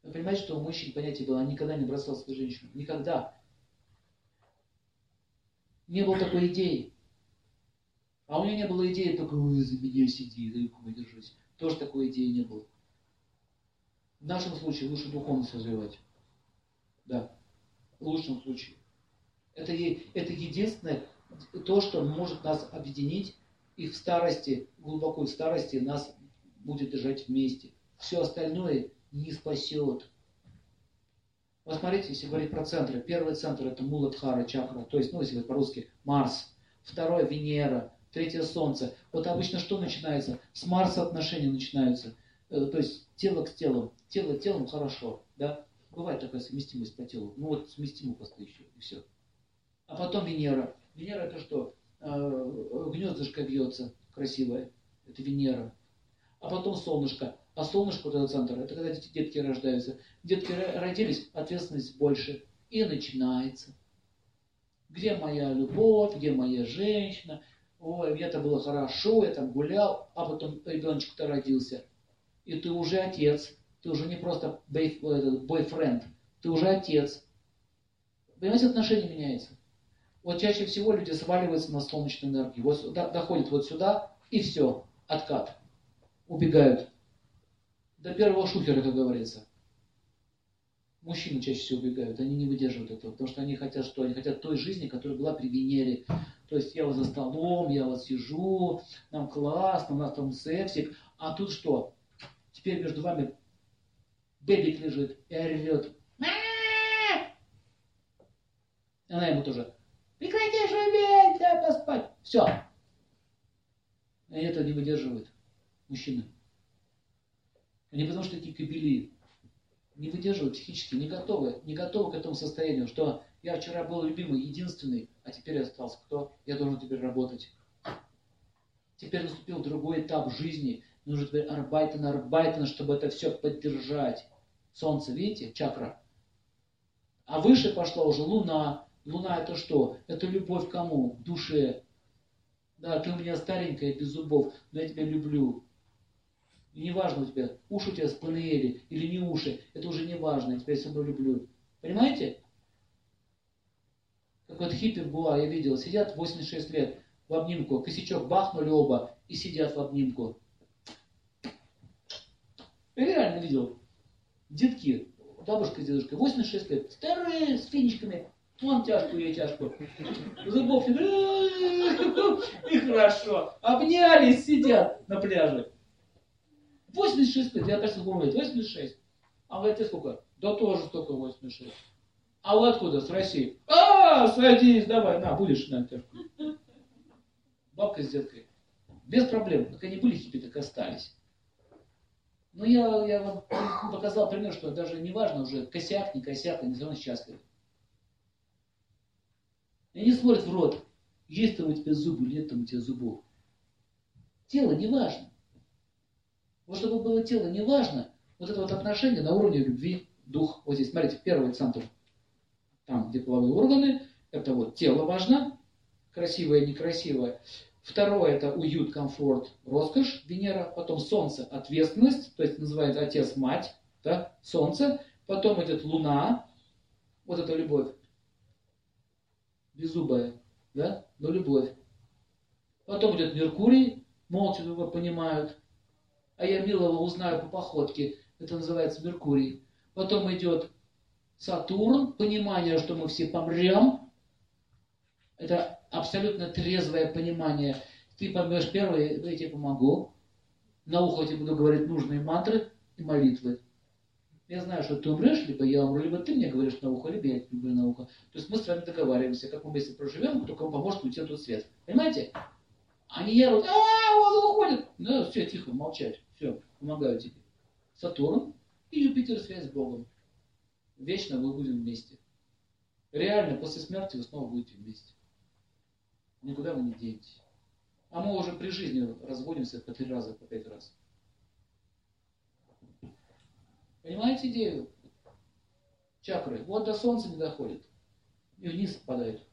Вы понимаете, что у мужчин понятие было, он никогда не бросал свою женщину. Никогда. Не было такой идеи. А у меня не было идеи только за меня сиди, далеко держись. Тоже такой идеи не было. В нашем случае лучше духовность развивать. Да. В лучшем случае. Это единственное, то, что может нас объединить, и в старости, глубоко в старости нас будет держать вместе. Все остальное не спасет. Вот смотрите, если говорить про центры. Первый центр это Муладхара чакра, то есть, если по-русски, Марс. Второй Венера. Третье Солнце. Вот обычно что начинается? С Марса отношения начинаются. То есть тело к телу. Тело телом хорошо. Да? Бывает такая совместимость по телу. Совместимо просто еще. И все. А потом Венера. Венера это что? Гнездышко бьется красивое. Это Венера. А потом солнышко. А солнышко, вот этот центр, это когда детки рождаются. Детки родились, ответственность больше. И начинается. Где моя любовь, где моя женщина? Ой, мне-то было хорошо, я там гулял, а потом ребеночек-то родился. И ты уже отец. Ты уже не просто бойфренд. Ты уже отец. Понимаете, отношения меняются. Вот чаще всего люди сваливаются на солнечную энергию. Вот доходят вот сюда, и все. Откат. Убегают. До первого шухера, как говорится. Мужчины чаще всего убегают, они не выдерживают этого, потому что они хотят что? Они хотят той жизни, которая была при Венере. То есть я вот за столом, я вот сижу, нам классно, у нас там сексик, а тут что? Теперь между вами бебик лежит и орет. Она ему тоже. Прекрати шуметь, дай поспать. Все. Они этого не выдерживают, мужчины. Они потому что такие кобели. Не выдерживают психически, не готовы к этому состоянию, что я вчера был любимый, единственный, а теперь я остался кто? Я должен теперь работать. Теперь наступил другой этап жизни. Нужно теперь арбайтен, чтобы это все поддержать. Солнце, видите, чакра. А выше пошла уже Луна. Луна это что? Это любовь к кому? К душе. Да, ты у меня старенькая, без зубов, но я тебя люблю. И не важно у тебя, уши у тебя с панели или не уши, это уже не важно, я тебя все равно люблю. Понимаете? Как вот хиппи в Гоа, я видел, сидят 86 лет в обнимку, косячок бахнули оба и сидят в обнимку. Я реально видел. Детки, бабушка с дедушкой, 86 лет, старые, с финичками, вон тяжку, я тяжку. Зубов и хорошо. Обнялись, сидят на пляже. 86 лет, я, кажется, помню, 86. А вы тебе сколько? Да тоже столько 86. А вы откуда? С России. Садись, давай, на, будешь на тяжку. Бабка с деткой. Без проблем. Как они были хиппи, так и остались. Но я вам показал пример, что даже не важно уже, косяк, не косяк, они все равно счастливы. И они смотрят в рот. Есть там у тебя зубы, нет там у тебя зубов. Тело не важно. Вот чтобы было тело не важно, вот это вот отношение на уровне любви, дух. Вот здесь, смотрите, первый центр, там, где половые органы, это вот тело важно, красивое, некрасивое. Второе, это уют, комфорт, роскошь, Венера. Потом Солнце, ответственность, то есть называется отец-мать, да, Солнце. Потом идет Луна, вот это любовь. Беззубая, да, но любовь. Потом идет Меркурий, молча его понимают. А я милого узнаю по походке. Это называется Меркурий. Потом идет Сатурн, понимание, что мы все помрем. Это абсолютно трезвое понимание. Ты поймешь первое, я тебе помогу. На ухо тебе буду говорить нужные мантры и молитвы. Я знаю, что ты умрешь, либо я умру, либо ты мне говоришь на ухо, либо я тебе говорю на ухо. То есть мы с вами договариваемся, как мы вместе проживем, кто кому поможет уйти на тот свет. Понимаете? Они ярут, он уходит. Ну, все, тихо, молчать. Все, помогаю тебе. Сатурн и Юпитер связь с Богом. Вечно мы будем вместе. Реально, после смерти вы снова будете вместе. Никуда вы не денетесь. А мы уже при жизни разводимся по 3 раза, по 5 раз. Понимаете идею? Чакры. Вот до Солнца не доходит. И вниз попадает.